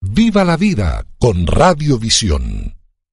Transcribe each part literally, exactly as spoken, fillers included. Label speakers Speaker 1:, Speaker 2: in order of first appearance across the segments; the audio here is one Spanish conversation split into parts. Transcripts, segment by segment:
Speaker 1: Viva la vida con Radiovisión.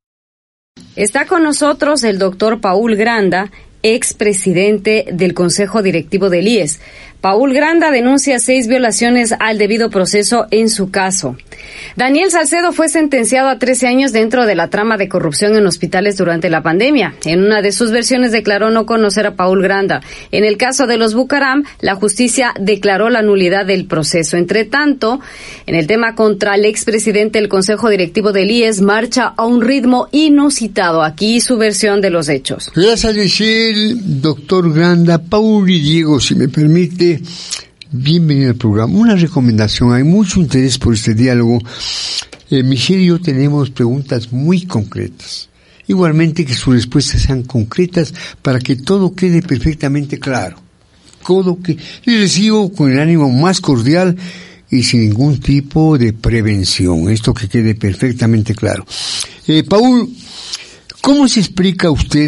Speaker 2: Está con nosotros el doctor Paul Granda, expresidente del Consejo Directivo del I E S. Paul Granda denuncia seis violaciones al debido proceso en su caso. Daniel Salcedo fue sentenciado a trece años dentro de la trama de corrupción en hospitales durante la pandemia. En una de sus versiones declaró no conocer a Paul Granda. En el caso de los Bucaram, la justicia declaró la nulidad del proceso. Entre tanto, en el tema contra el expresidente del Consejo Directivo del I E S, marcha a un ritmo inusitado. Aquí su versión de los hechos.
Speaker 3: Gracias, Michelle, doctor Granda, Paul y Diego, si me permite. Bienvenido al programa. Una recomendación, hay mucho interés por este diálogo. Eh, Michelle y yo tenemos preguntas muy concretas. Igualmente que sus respuestas sean concretas para que todo quede perfectamente claro. Todo que les recibo con el ánimo más cordial y sin ningún tipo de prevención. Esto que quede perfectamente claro. Eh, Paul, ¿cómo se explica usted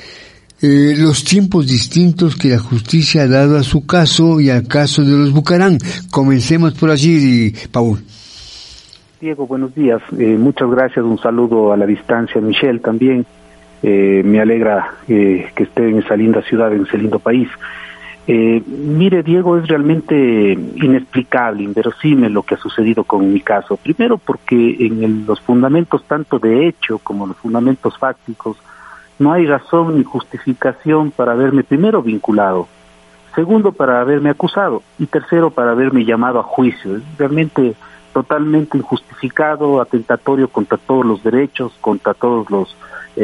Speaker 3: Eh, los tiempos distintos que la justicia ha dado a su caso y al caso de los Bucaram? Comencemos por allí, Paul.
Speaker 4: Diego, buenos días. Eh, muchas gracias. Un saludo a la distancia. Michelle también. Eh, me alegra eh, que esté en esa linda ciudad, en ese lindo país. Eh, mire, Diego, es realmente inexplicable, inverosímil lo que ha sucedido con mi caso. Primero porque en el, los fundamentos tanto de hecho como los fundamentos fácticos no hay razón ni justificación para haberme primero vinculado, segundo para haberme acusado y tercero para haberme llamado a juicio. Es realmente totalmente injustificado, atentatorio contra todos los derechos, contra todos los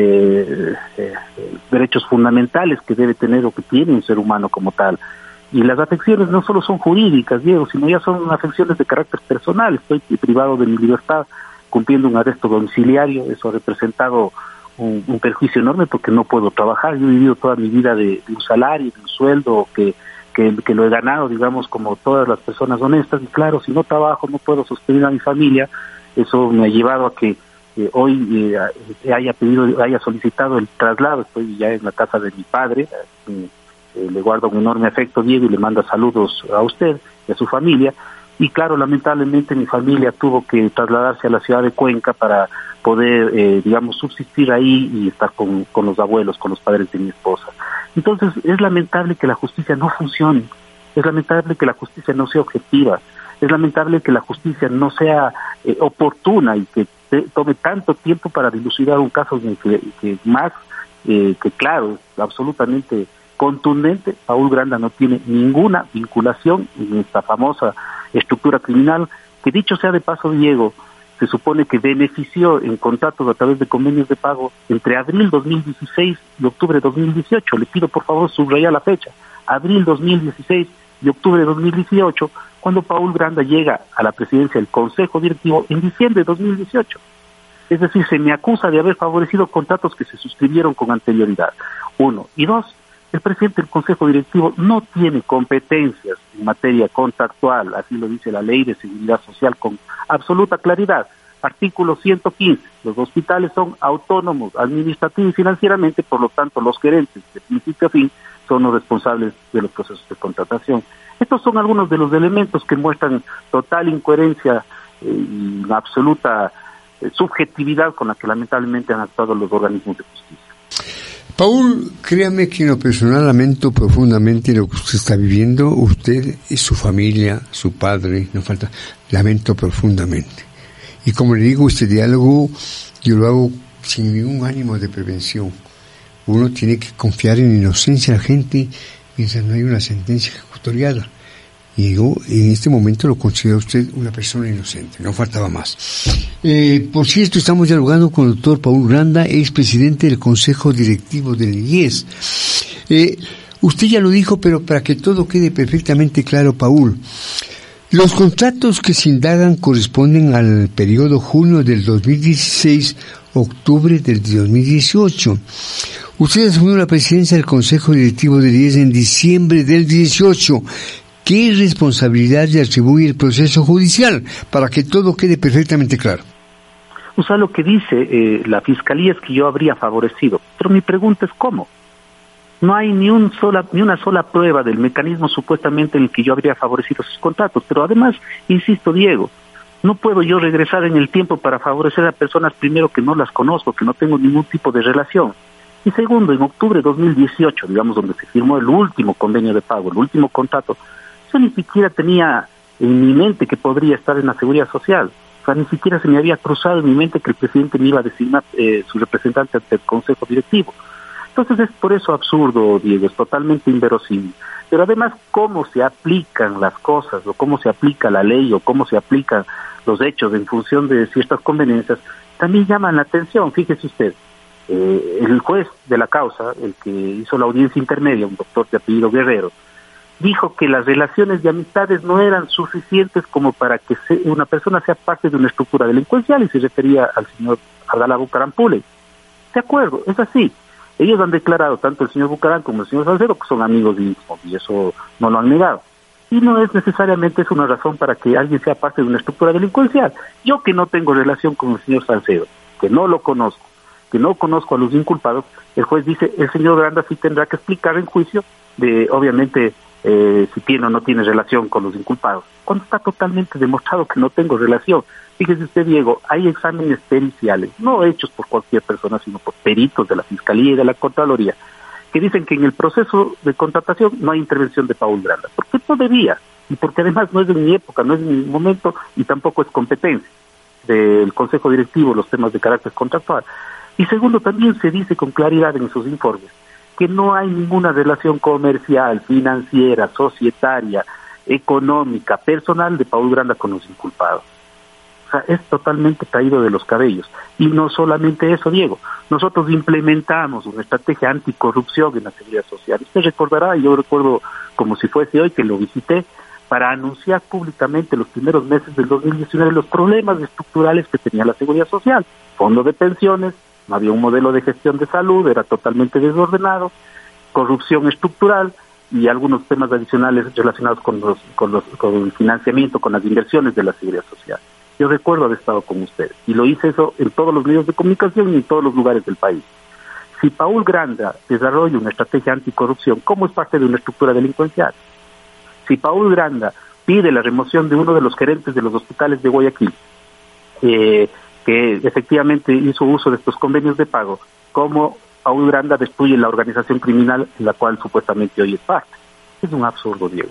Speaker 4: eh, eh, derechos fundamentales que debe tener o que tiene un ser humano como tal. Y las afecciones no solo son jurídicas, Diego, sino ya son afecciones de carácter personal. Estoy privado de mi libertad cumpliendo un arresto domiciliario. Eso ha representado Un, un perjuicio enorme porque no puedo trabajar. Yo he vivido toda mi vida de, de un salario, de un sueldo que, que, que lo he ganado, digamos, como todas las personas honestas, y claro, si no trabajo no puedo sostener a mi familia. Eso me ha llevado a que eh, hoy eh, haya pedido, haya solicitado el traslado. Estoy ya en la casa de mi padre, eh, eh, le guardo un enorme afecto, Diego, y le manda saludos a usted y a su familia. Y claro, lamentablemente mi familia tuvo que trasladarse a la ciudad de Cuenca para poder, eh, digamos, subsistir ahí y estar con, con los abuelos, con los padres de mi esposa. Entonces, es lamentable que la justicia no funcione, es lamentable que la justicia no sea objetiva, es lamentable que la justicia no sea eh, oportuna y que te, tome tanto tiempo para dilucidar un caso en el que, que más eh, que claro, absolutamente contundente, Paul Granda no tiene ninguna vinculación en esta famosa estructura criminal que, dicho sea de paso, Diego, se supone que benefició en contratos a través de convenios de pago entre abril dos mil dieciséis y octubre dos mil dieciocho. Le pido por favor subrayar la fecha, abril dos mil dieciséis y octubre dos mil dieciocho, cuando Paul Granda llega a la presidencia del Consejo Directivo en diciembre de dos mil dieciocho. Es decir, se me acusa de haber favorecido contratos que se suscribieron con anterioridad. Uno. Y dos, el presidente del Consejo Directivo no tiene competencias en materia contractual, así lo dice la Ley de Seguridad Social con absoluta claridad. Artículo ciento quince. Los hospitales son autónomos administrativa y financieramente, por lo tanto los gerentes de principio a fin son los responsables de los procesos de contratación. Estos son algunos de los elementos que muestran total incoherencia eh, y una absoluta eh, subjetividad con la que lamentablemente han actuado los organismos de justicia.
Speaker 3: Paul, créame que en lo personal lamento profundamente lo que usted está viviendo, usted y su familia, su padre, no falta, lamento profundamente. Y como le digo, este diálogo yo lo hago sin ningún ánimo de prevención. Uno tiene que confiar en la inocencia de la gente mientras no hay una sentencia ejecutoriada. Y yo en este momento lo considero a usted una persona inocente, no faltaba más. Eh, por cierto, estamos dialogando con el doctor Paul Granda, expresidente del Consejo Directivo del I E S. Eh, usted ya lo dijo, pero para que todo quede perfectamente claro, Paul, los contratos que se indagan corresponden al periodo junio del dos mil dieciséis, octubre del dos mil dieciocho. Usted asumió la presidencia del Consejo Directivo del I E S en diciembre del dieciocho. ¿Qué responsabilidad le atribuye el proceso judicial? Para que todo quede perfectamente claro.
Speaker 4: O sea, lo que dice eh, la Fiscalía es que yo habría favorecido. Pero mi pregunta es ¿cómo? No hay ni, un sola, ni una sola prueba del mecanismo supuestamente en el que yo habría favorecido esos contratos. Pero además, insisto, Diego, No puedo yo regresar en el tiempo para favorecer a personas, primero, que no las conozco, que no tengo ningún tipo de relación. Y segundo, en octubre de dos mil dieciocho, digamos, donde se firmó el último convenio de pago, el último contrato, yo ni siquiera tenía en mi mente que podría estar en la Seguridad Social. O sea, ni siquiera se me había cruzado en mi mente que el presidente me iba a designar eh, su representante ante el Consejo Directivo. Entonces es por eso absurdo, Diego, es totalmente inverosímil. Pero además, cómo se aplican las cosas, o cómo se aplica la ley, o cómo se aplican los hechos en función de ciertas conveniencias, también llaman la atención. Fíjese usted, eh, el juez de la causa, el que hizo la audiencia intermedia, un doctor de apellido Guerrero, dijo que las relaciones de amistades no eran suficientes como para que se, una persona sea parte de una estructura delincuencial, y se refería al señor Abdalá Bucaram Pule. De acuerdo, es así. Ellos han declarado, tanto el señor Bucaram como el señor Salcedo, que son amigos íntimos, y eso no lo han negado. Y no es necesariamente es una razón para que alguien sea parte de una estructura delincuencial. Yo, que no tengo relación con el señor Salcedo, que no lo conozco, que no conozco a los inculpados, el juez dice, el señor Granda sí tendrá que explicar en juicio, de obviamente, eh, si tiene o no tiene relación con los inculpados, cuando está totalmente demostrado que no tengo relación. Fíjese usted, Diego, hay exámenes periciales, no hechos por cualquier persona, sino por peritos de la Fiscalía y de la Contraloría, que dicen que en el proceso de contratación no hay intervención de Paul Granda, porque no debía, y porque además no es de mi época, no es de mi momento, y tampoco es competencia del Consejo Directivo los temas de carácter contractual. Y segundo, también se dice con claridad en sus informes que no hay ninguna relación comercial, financiera, societaria, económica, personal de Paul Granda con los inculpados. O sea, es totalmente caído de los cabellos. Y no solamente eso, Diego, nosotros implementamos una estrategia anticorrupción en la Seguridad Social. Usted recordará, y yo recuerdo como si fuese hoy que lo visité, para anunciar públicamente los primeros meses del dos mil diecinueve los problemas estructurales que tenía la Seguridad Social. Fondo de pensiones, no había un modelo de gestión de salud, era totalmente desordenado, corrupción estructural y algunos temas adicionales relacionados con, los, con, los, con el financiamiento, con las inversiones de la Seguridad Social. Yo recuerdo haber estado con ustedes y lo hice eso en todos los medios de comunicación y en todos los lugares del país. Si Paul Granda desarrolla una estrategia anticorrupción, ¿cómo es parte de una estructura delincuencial? Si Paul Granda pide la remoción de uno de los gerentes de los hospitales de Guayaquil, eh, que efectivamente hizo uso de estos convenios de pago, ¿cómo Paul Granda destruye la organización criminal en la cual supuestamente hoy es parte? Es un absurdo, Diego.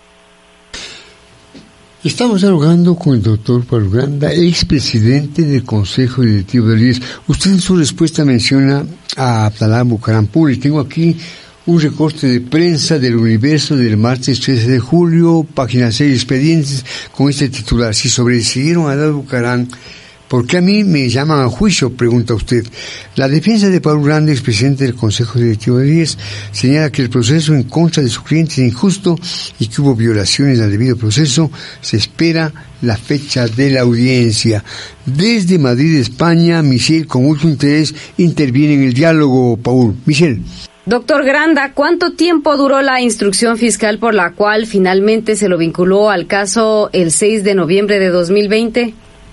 Speaker 3: Estamos dialogando con el doctor Paul Granda, expresidente del Consejo Directivo del I E S. Usted en su respuesta menciona a Abdalá Bucaram Pule. Tengo aquí un recorte de prensa del Universo del martes trece de julio, página seis, expedientes, con este titular: si sobredecidieron a Abdalá Bucaram, ¿por qué a mí me llaman a juicio?, pregunta usted. La defensa de Paul Granda, expresidente del Consejo Directivo del I E S, señala que el proceso en contra de su cliente es injusto y que hubo violaciones al debido proceso. Se espera la fecha de la audiencia. Desde Madrid, España, Michelle, con mucho interés, interviene en el diálogo. Paul. Michelle.
Speaker 2: Doctor Granda, ¿cuánto tiempo duró la instrucción fiscal por la cual finalmente se lo vinculó al caso el seis de noviembre de dos mil veinte?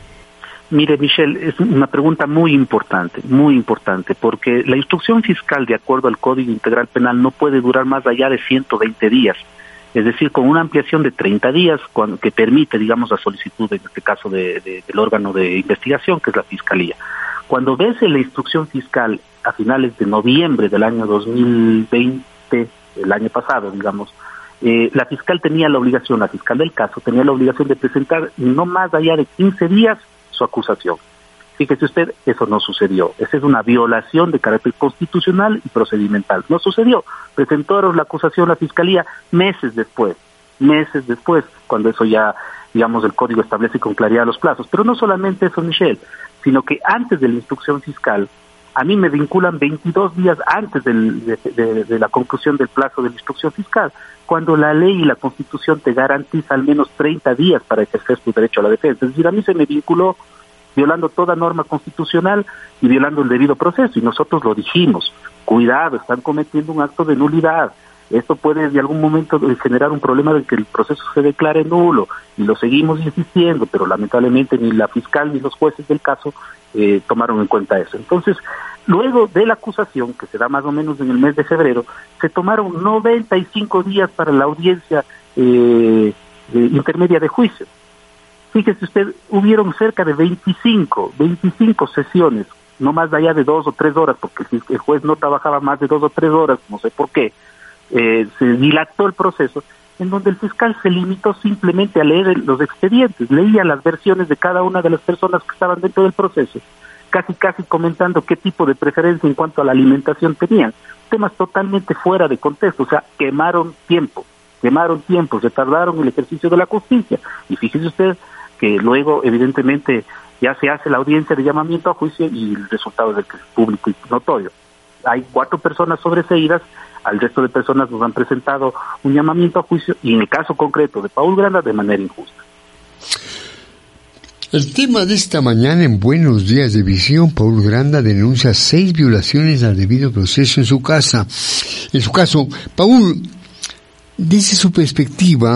Speaker 4: Mire, Michelle, es una pregunta muy importante, muy importante, porque la instrucción fiscal, de acuerdo al Código Integral Penal, no puede durar más allá de ciento veinte días, es decir, con una ampliación de treinta días, cuando, que permite, digamos, la solicitud, en este caso, de, de, del órgano de investigación, que es la Fiscalía. Cuando vence la instrucción fiscal a finales de noviembre del año dos mil veinte, el año pasado, digamos, eh, la fiscal tenía la obligación, la fiscal del caso, tenía la obligación de presentar no más allá de quince días su acusación. Fíjese usted, eso no sucedió. Esa es una violación de carácter constitucional y procedimental. No sucedió. Presentó la acusación a la Fiscalía meses después, meses después, cuando eso ya, digamos, el Código establece con claridad los plazos. Pero no solamente eso, Michelle, sino que antes de la instrucción fiscal, a mí me vinculan veintidós días antes del, de, de, de la conclusión del plazo de la instrucción fiscal, cuando la ley y la Constitución te garantiza al menos treinta días para ejercer tu derecho a la defensa. Es decir, a mí se me vinculó violando toda norma constitucional y violando el debido proceso, y nosotros lo dijimos: cuidado, están cometiendo un acto de nulidad. Esto puede de algún momento generar un problema de que el proceso se declare nulo, y lo seguimos insistiendo, pero lamentablemente ni la fiscal ni los jueces del caso eh, tomaron en cuenta eso. Entonces, luego de la acusación, que se da más o menos en el mes de febrero, se tomaron noventa y cinco días para la audiencia eh, eh, intermedia de juicio. Fíjese usted, hubieron cerca de veinticinco sesiones, no más allá de dos o tres horas, porque el juez no trabajaba más de dos o tres horas, no sé por qué, eh, se dilató el proceso, en donde el fiscal se limitó simplemente a leer los expedientes, leía las versiones de cada una de las personas que estaban dentro del proceso, casi casi comentando qué tipo de preferencia en cuanto a la alimentación tenían, temas totalmente fuera de contexto, o sea, quemaron tiempo, quemaron tiempo, retardaron el ejercicio de la justicia, y fíjese usted que luego, evidentemente, ya se hace la audiencia de llamamiento a juicio y el resultado es público y notorio. Hay cuatro personas sobreseídas, al resto de personas nos han presentado un llamamiento a juicio y en el caso concreto de Paul Granda de manera injusta.
Speaker 3: El tema de esta mañana en Buenos Días de Visión, Paul Granda denuncia seis violaciones al debido proceso en su casa. En su caso, Paul, desde su perspectiva,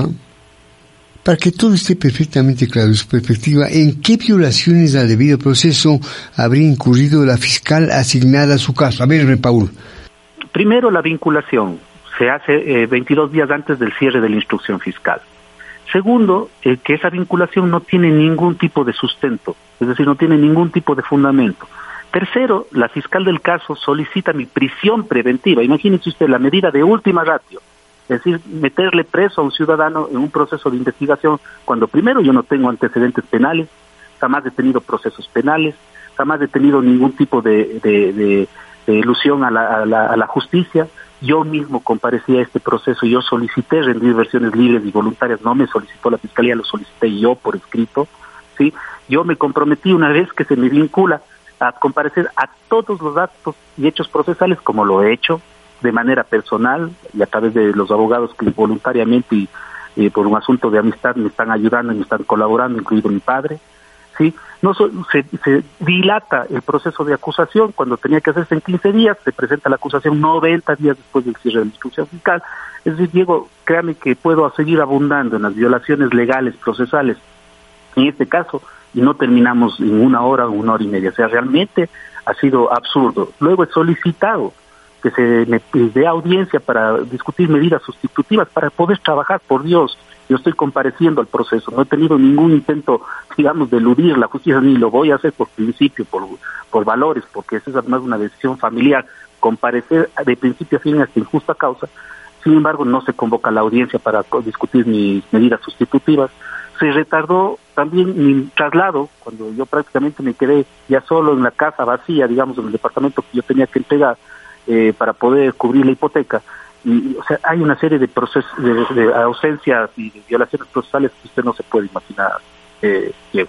Speaker 3: para que todo esté perfectamente claro, su perspectiva, ¿en qué violaciones al debido proceso habría incurrido la fiscal asignada a su caso? A ver, Paul.
Speaker 4: Primero, la vinculación se hace eh, veintidós días antes del cierre de la instrucción fiscal. Segundo, eh, que esa vinculación no tiene ningún tipo de sustento, es decir, no tiene ningún tipo de fundamento. Tercero, la fiscal del caso solicita mi prisión preventiva. Imagínese usted la medida de última ratio. Es decir, meterle preso a un ciudadano en un proceso de investigación cuando primero yo no tengo antecedentes penales, jamás he tenido procesos penales, jamás he tenido ningún tipo de, de, de, de ilusión a la, a, la, a la justicia. Yo mismo comparecí a este proceso, yo solicité rendir versiones libres y voluntarias, no me solicitó la Fiscalía, lo solicité yo por escrito, ¿sí? Yo me comprometí una vez que se me vincula a comparecer a todos los actos y hechos procesales como lo he hecho, de manera personal y a través de los abogados que voluntariamente y eh, por un asunto de amistad me están ayudando y me están colaborando, incluido mi padre, sí, no so, se, se dilata el proceso de acusación cuando tenía que hacerse en quince días, se presenta la acusación noventa días después del cierre de la instrucción fiscal. Es decir, Diego, créame que puedo seguir abundando en las violaciones legales, procesales, en este caso, y no terminamos en una hora o una hora y media, o sea, realmente ha sido absurdo. Luego he solicitado que se me dé audiencia para discutir medidas sustitutivas, para poder trabajar, por Dios, yo estoy compareciendo al proceso, no he tenido ningún intento, digamos, de eludir la justicia, ni lo voy a hacer por principio, por, por valores, porque esa es además una decisión familiar, comparecer de principio a fin hasta injusta causa. Sin embargo, no se convoca la audiencia para discutir mis medidas sustitutivas. Se retardó también mi traslado, cuando yo prácticamente me quedé ya solo en la casa vacía, digamos, en el departamento que yo tenía que entregar, Eh, para poder cubrir la hipoteca. Y, o sea, hay una serie de procesos, de, de ausencias y de violaciones procesales que usted no se puede imaginar, eh, Diego.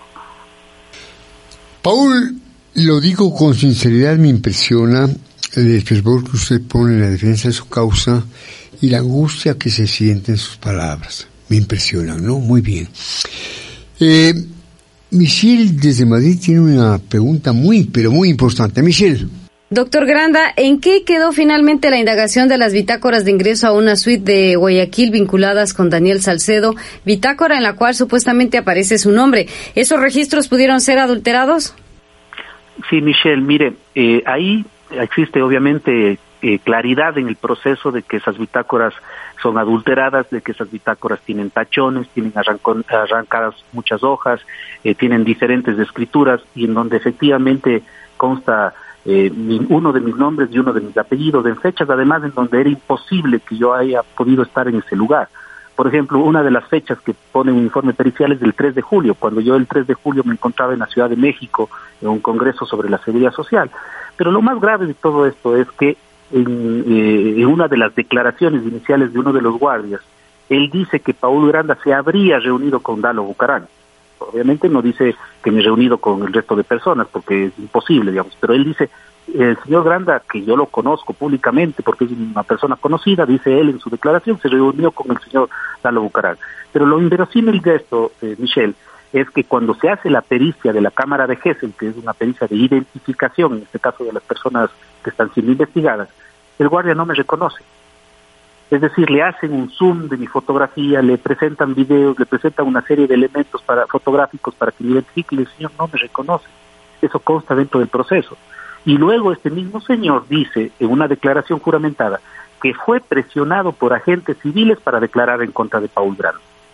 Speaker 3: Paul, lo digo con sinceridad, me impresiona el fervor que usted pone en la defensa de su causa y la angustia que se siente en sus palabras. Me impresionan, ¿no? Muy bien. Eh, Michelle desde Madrid tiene una pregunta muy, pero muy importante. Michelle.
Speaker 2: Doctor Granda, ¿en qué quedó finalmente la indagación de las bitácoras de ingreso a una suite de Guayaquil vinculadas con Daniel Salcedo, bitácora en la cual supuestamente aparece su nombre? ¿Esos registros pudieron ser adulterados?
Speaker 4: Sí, Michelle, mire, eh, ahí existe obviamente eh, claridad en el proceso de que esas bitácoras son adulteradas, de que esas bitácoras tienen tachones, tienen arrancon, arrancadas muchas hojas, eh, tienen diferentes escrituras y en donde efectivamente consta Eh, mi, uno de mis nombres y uno de mis apellidos, en fechas además en donde era imposible que yo haya podido estar en ese lugar. Por ejemplo, una de las fechas que pone un informe pericial es del tres de julio, cuando yo el tres de julio me encontraba en la Ciudad de México en un congreso sobre la seguridad social. Pero lo más grave de todo esto es que en, eh, en una de las declaraciones iniciales de uno de los guardias, él dice que Paul Granda se habría reunido con Dalo Bucaram. Obviamente no dice que me he reunido con el resto de personas, porque es imposible, digamos, pero él dice, el señor Granda, que yo lo conozco públicamente, porque es una persona conocida, dice él en su declaración, se reunió con el señor Dalo Bucaram. Pero lo inverosímil de esto, eh, Michelle, es que cuando se hace la pericia de la Cámara de Gesell, que es una pericia de identificación, en este caso de las personas que están siendo investigadas, el guardia no me reconoce. Es decir, le hacen un zoom de mi fotografía, le presentan videos, le presentan una serie de elementos para, fotográficos para que me identifique y el señor no me reconoce. Eso consta dentro del proceso. Y luego este mismo señor dice en una declaración juramentada que fue presionado por agentes civiles para declarar en contra de Paul Granda.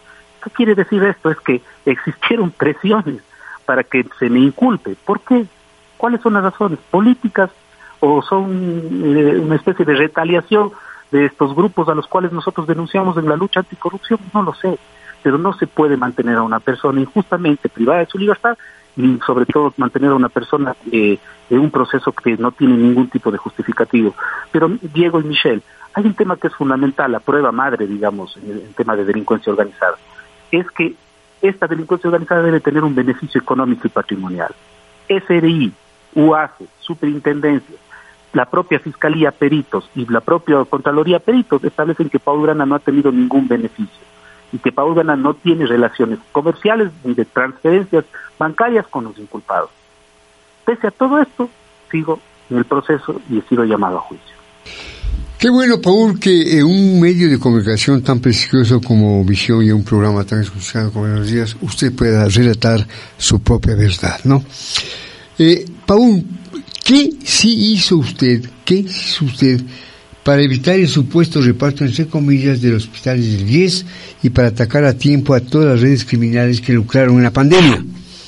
Speaker 4: ¿Qué quiere decir esto? Es que existieron presiones para que se me inculpe. ¿Por qué? ¿Cuáles son las razones? ¿Políticas o son eh, una especie de retaliación de estos grupos a los cuales nosotros denunciamos en la lucha anticorrupción? No lo sé, pero no se puede mantener a una persona injustamente privada de su libertad y sobre todo mantener a una persona eh, en un proceso que no tiene ningún tipo de justificativo. Pero Diego y Michelle, hay un tema que es fundamental, la prueba madre, digamos, en el, en el tema de delincuencia organizada, es que esta delincuencia organizada debe tener un beneficio económico y patrimonial. S R I, U A C E, Superintendencia, la propia Fiscalía Peritos y la propia Contraloría Peritos establecen que Paul Granda no ha tenido ningún beneficio y que Paul Granda no tiene relaciones comerciales ni de transferencias bancarias con los inculpados. Pese a todo esto, sigo en el proceso y he sido llamado a juicio.
Speaker 3: Qué bueno, Paul, que en un medio de comunicación tan prestigioso como Visión y un programa tan escuchado como Buenos Días, usted pueda relatar su propia verdad, ¿no? Eh, Paul, ¿qué sí hizo usted, qué hizo usted para evitar el supuesto reparto, entre comillas, de los hospitales del I E S y para atacar a tiempo a todas las redes criminales que lucraron en la pandemia?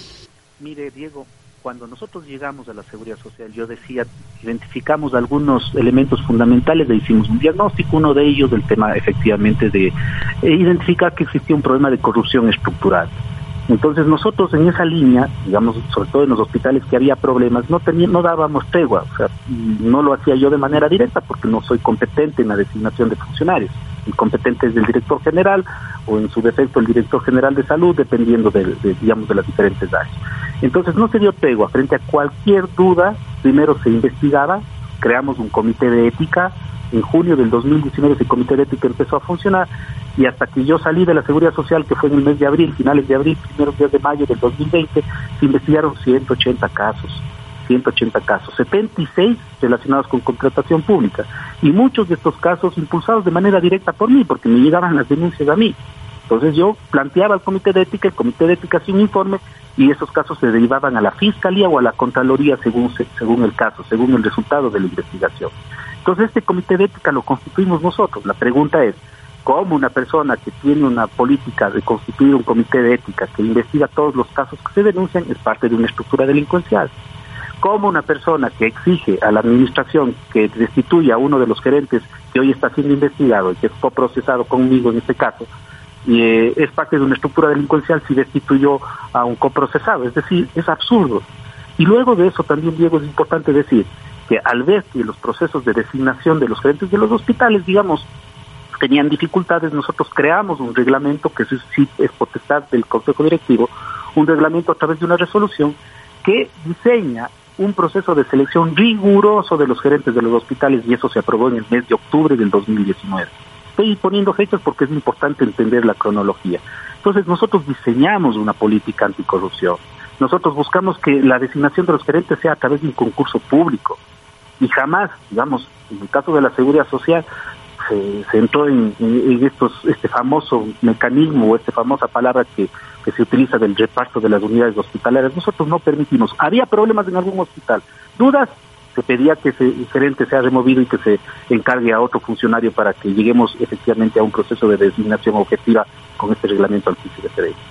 Speaker 4: Mire, Diego, cuando nosotros llegamos a la Seguridad Social, yo decía, identificamos algunos elementos fundamentales, le hicimos un diagnóstico, uno de ellos el tema efectivamente de eh, identificar que existía un problema de corrupción estructural. Entonces nosotros en esa línea, digamos, sobre todo en los hospitales que había problemas, no teníamos, no dábamos tregua, o sea, no lo hacía yo de manera directa porque no soy competente en la designación de funcionarios. El competente es el director general o en su defecto el director general de salud, dependiendo de, de digamos, de las diferentes áreas. Entonces no se dio tregua frente a cualquier duda. Primero se investigaba, creamos un comité de ética. En junio del dos mil diecinueve ese comité de ética empezó a funcionar y hasta que yo salí de la Seguridad Social, que fue en el mes de abril, finales de abril, primeros días de mayo del dos mil veinte, se investigaron ciento ochenta casos, ciento ochenta casos, setenta y seis relacionados con contratación pública y muchos de estos casos impulsados de manera directa por mí, porque me llegaban las denuncias a mí. Entonces yo planteaba al comité de ética, el comité de ética hacía un informe y esos casos se derivaban a la Fiscalía o a la Contraloría según, según el caso, según el resultado de la investigación. Entonces este comité de ética lo constituimos nosotros. La pregunta es, ¿cómo una persona que tiene una política de constituir un comité de ética que investiga todos los casos que se denuncian es parte de una estructura delincuencial? ¿Cómo una persona que exige a la administración que destituya a uno de los gerentes que hoy está siendo investigado y que fue procesado conmigo en este caso, y eh, es parte de una estructura delincuencial si destituyó a un coprocesado? Es decir, es absurdo. Y luego de eso también, Diego, es importante decir que al ver que los procesos de designación de los gerentes de los hospitales, digamos, tenían dificultades, nosotros creamos un reglamento que sí es potestad del Consejo Directivo, un reglamento a través de una resolución que diseña un proceso de selección riguroso de los gerentes de los hospitales y eso se aprobó en el mes de octubre del dos mil diecinueve. Estoy poniendo fechas porque es importante entender la cronología. Entonces nosotros diseñamos una política anticorrupción. Nosotros buscamos que la designación de los gerentes sea a través de un concurso público y jamás, digamos, en el caso de la Seguridad Social, se, se entró en, en estos este famoso mecanismo o esta famosa palabra que, que se utiliza del reparto de las unidades hospitalarias. Nosotros no permitimos. Había problemas en algún hospital, dudas, se pedía que ese gerente sea removido y que se encargue a otro funcionario para que lleguemos efectivamente a un proceso de designación objetiva con este reglamento anti-C D.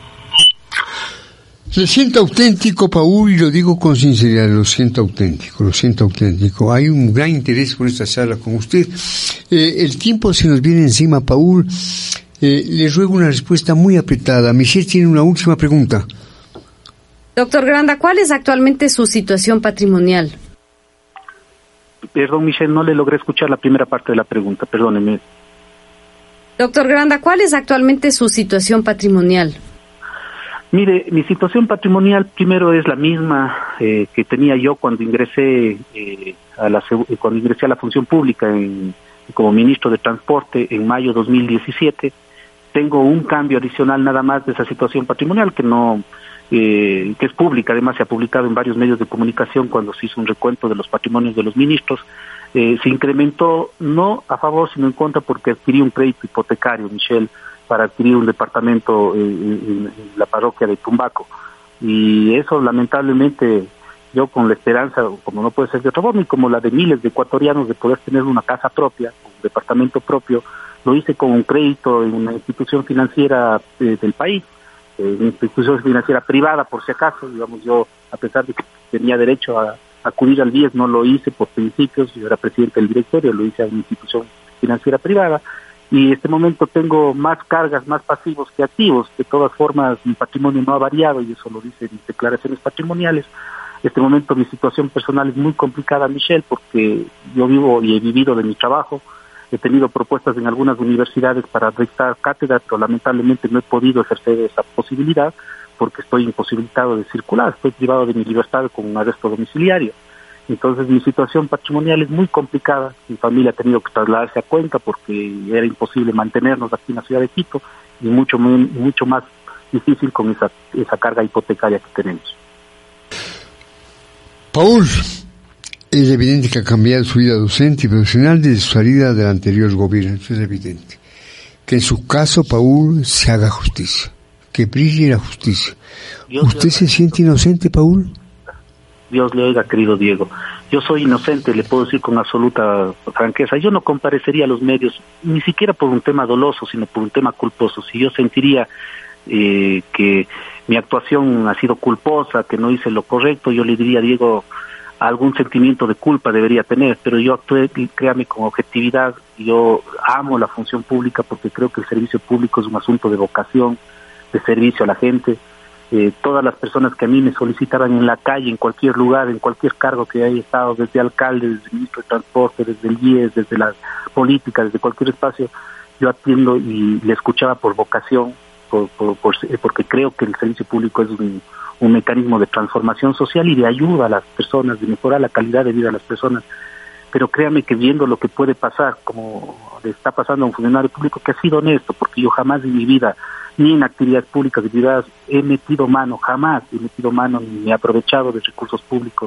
Speaker 3: Lo siento auténtico, Paul, y lo digo con sinceridad, lo siento auténtico, lo siento auténtico. Hay un gran interés por esta charla con usted. Eh, el tiempo se nos viene encima, Paul. Eh, le ruego una respuesta muy apretada. Michelle tiene una última pregunta.
Speaker 2: Doctor Granda, ¿cuál es actualmente su situación patrimonial?
Speaker 4: Perdón, Michelle, no le logré escuchar la primera parte de la pregunta, perdóneme.
Speaker 2: Doctor Granda, ¿cuál es actualmente su situación patrimonial?
Speaker 4: Mire, mi situación patrimonial primero es la misma eh, que tenía yo cuando ingresé eh, a la cuando ingresé a la función pública en, como ministro de Transporte en mayo de dos mil diecisiete. Tengo un cambio adicional nada más de esa situación patrimonial que no eh, que es pública, además se ha publicado en varios medios de comunicación cuando se hizo un recuento de los patrimonios de los ministros. Eh, se incrementó no a favor sino en contra porque adquirí un crédito hipotecario, Michelle, para adquirir un departamento en, en la parroquia de Tumbaco. Y eso, lamentablemente, yo con la esperanza, como no puede ser de otra forma, y como la de miles de ecuatorianos de poder tener una casa propia, un departamento propio, lo hice con un crédito en una institución financiera eh, del país, eh, una institución financiera privada por si acaso, digamos, yo a pesar de que tenía derecho a, a acudir al B I E S, no lo hice por principios, yo era presidente del directorio, lo hice a una institución financiera privada, y en este momento tengo más cargas, más pasivos que activos. De todas formas, mi patrimonio no ha variado, y eso lo dicen mis declaraciones patrimoniales. En este momento mi situación personal es muy complicada, Michelle, porque yo vivo y he vivido de mi trabajo. He tenido propuestas en algunas universidades para dictar cátedra, pero lamentablemente no he podido ejercer esa posibilidad porque estoy imposibilitado de circular, estoy privado de mi libertad con un arresto domiciliario. Entonces mi situación patrimonial es muy complicada. Mi familia ha tenido que trasladarse a Cuenca porque era imposible mantenernos aquí en la ciudad de Quito, y mucho mucho más difícil con esa esa carga hipotecaria que tenemos.
Speaker 3: Paul, es evidente que ha cambiado su vida docente y profesional desde su salida del anterior gobierno. Eso es evidente. Que en su caso, Paul, se haga justicia, que brille la justicia. Dios ¿Usted Dios se siente inocente, Paul?
Speaker 4: Dios le oiga, querido Diego. Yo soy inocente, le puedo decir con absoluta franqueza. Yo no comparecería a los medios, ni siquiera por un tema doloso, sino por un tema culposo. Si yo sentiría eh, que mi actuación ha sido culposa, que no hice lo correcto, yo le diría, Diego, algún sentimiento de culpa debería tener, pero yo actué, créame, con objetividad. Yo amo la función pública porque creo que el servicio público es un asunto de vocación, de servicio a la gente. Eh, todas las personas que a mí me solicitaran en la calle, en cualquier lugar, en cualquier cargo que haya estado, desde alcalde, desde ministro de Transporte, desde el I E S, desde la política, desde cualquier espacio, yo atiendo y le escuchaba por vocación, por, por, por, porque creo que el servicio público es un, un mecanismo de transformación social y de ayuda a las personas, de mejorar la calidad de vida de las personas. Pero créame que viendo lo que puede pasar, como le está pasando a un funcionario público que ha sido honesto, porque yo jamás en mi vida, ni en actividades públicas, actividades, he metido mano, jamás he metido mano ni me he aprovechado de recursos públicos.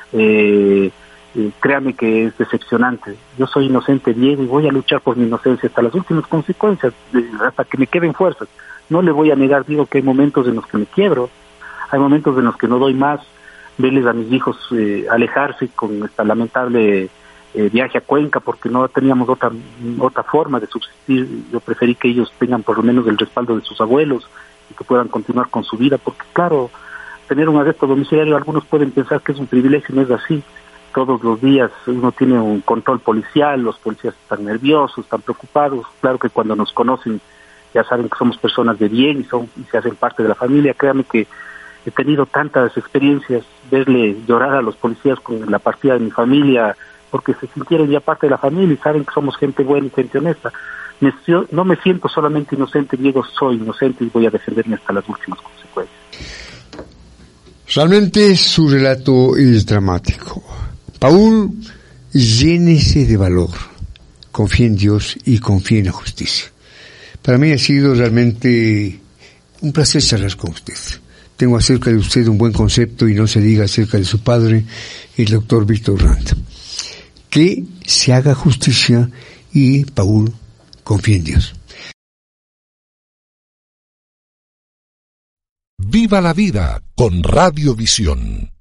Speaker 4: Eh, eh, créame que es decepcionante. Yo soy inocente, Diego, y voy a luchar por mi inocencia hasta las últimas consecuencias, eh, hasta que me queden fuerzas. No le voy a negar, digo, que hay momentos en los que me quiebro, hay momentos en los que no doy más, verles a mis hijos eh, alejarse con esta lamentable eh, viaje a Cuenca, porque no teníamos otra otra forma de subsistir. Yo preferí que ellos tengan por lo menos el respaldo de sus abuelos y que puedan continuar con su vida, porque claro, tener un arresto domiciliario, algunos pueden pensar que es un privilegio, no es así. Todos los días uno tiene un control policial, los policías están nerviosos, están preocupados. Claro que cuando nos conocen ya saben que somos personas de bien y, son, y se hacen parte de la familia. Créanme que he tenido tantas experiencias, verle llorar a los policías con la partida de mi familia, porque se sintieron ya parte de la familia y saben que somos gente buena y gente honesta. Me, no me siento solamente inocente, Diego, soy inocente y voy a defenderme hasta las últimas consecuencias.
Speaker 3: Realmente su relato es dramático. Paul, llénese de valor, confíe en Dios y confíe en la justicia. Para mí ha sido realmente un placer charlar con usted. Tengo acerca de usted un buen concepto y no se diga acerca de su padre, el doctor Víctor Granda. Que se haga justicia y Paul confíe en Dios.
Speaker 1: Viva la vida con Radiovisión.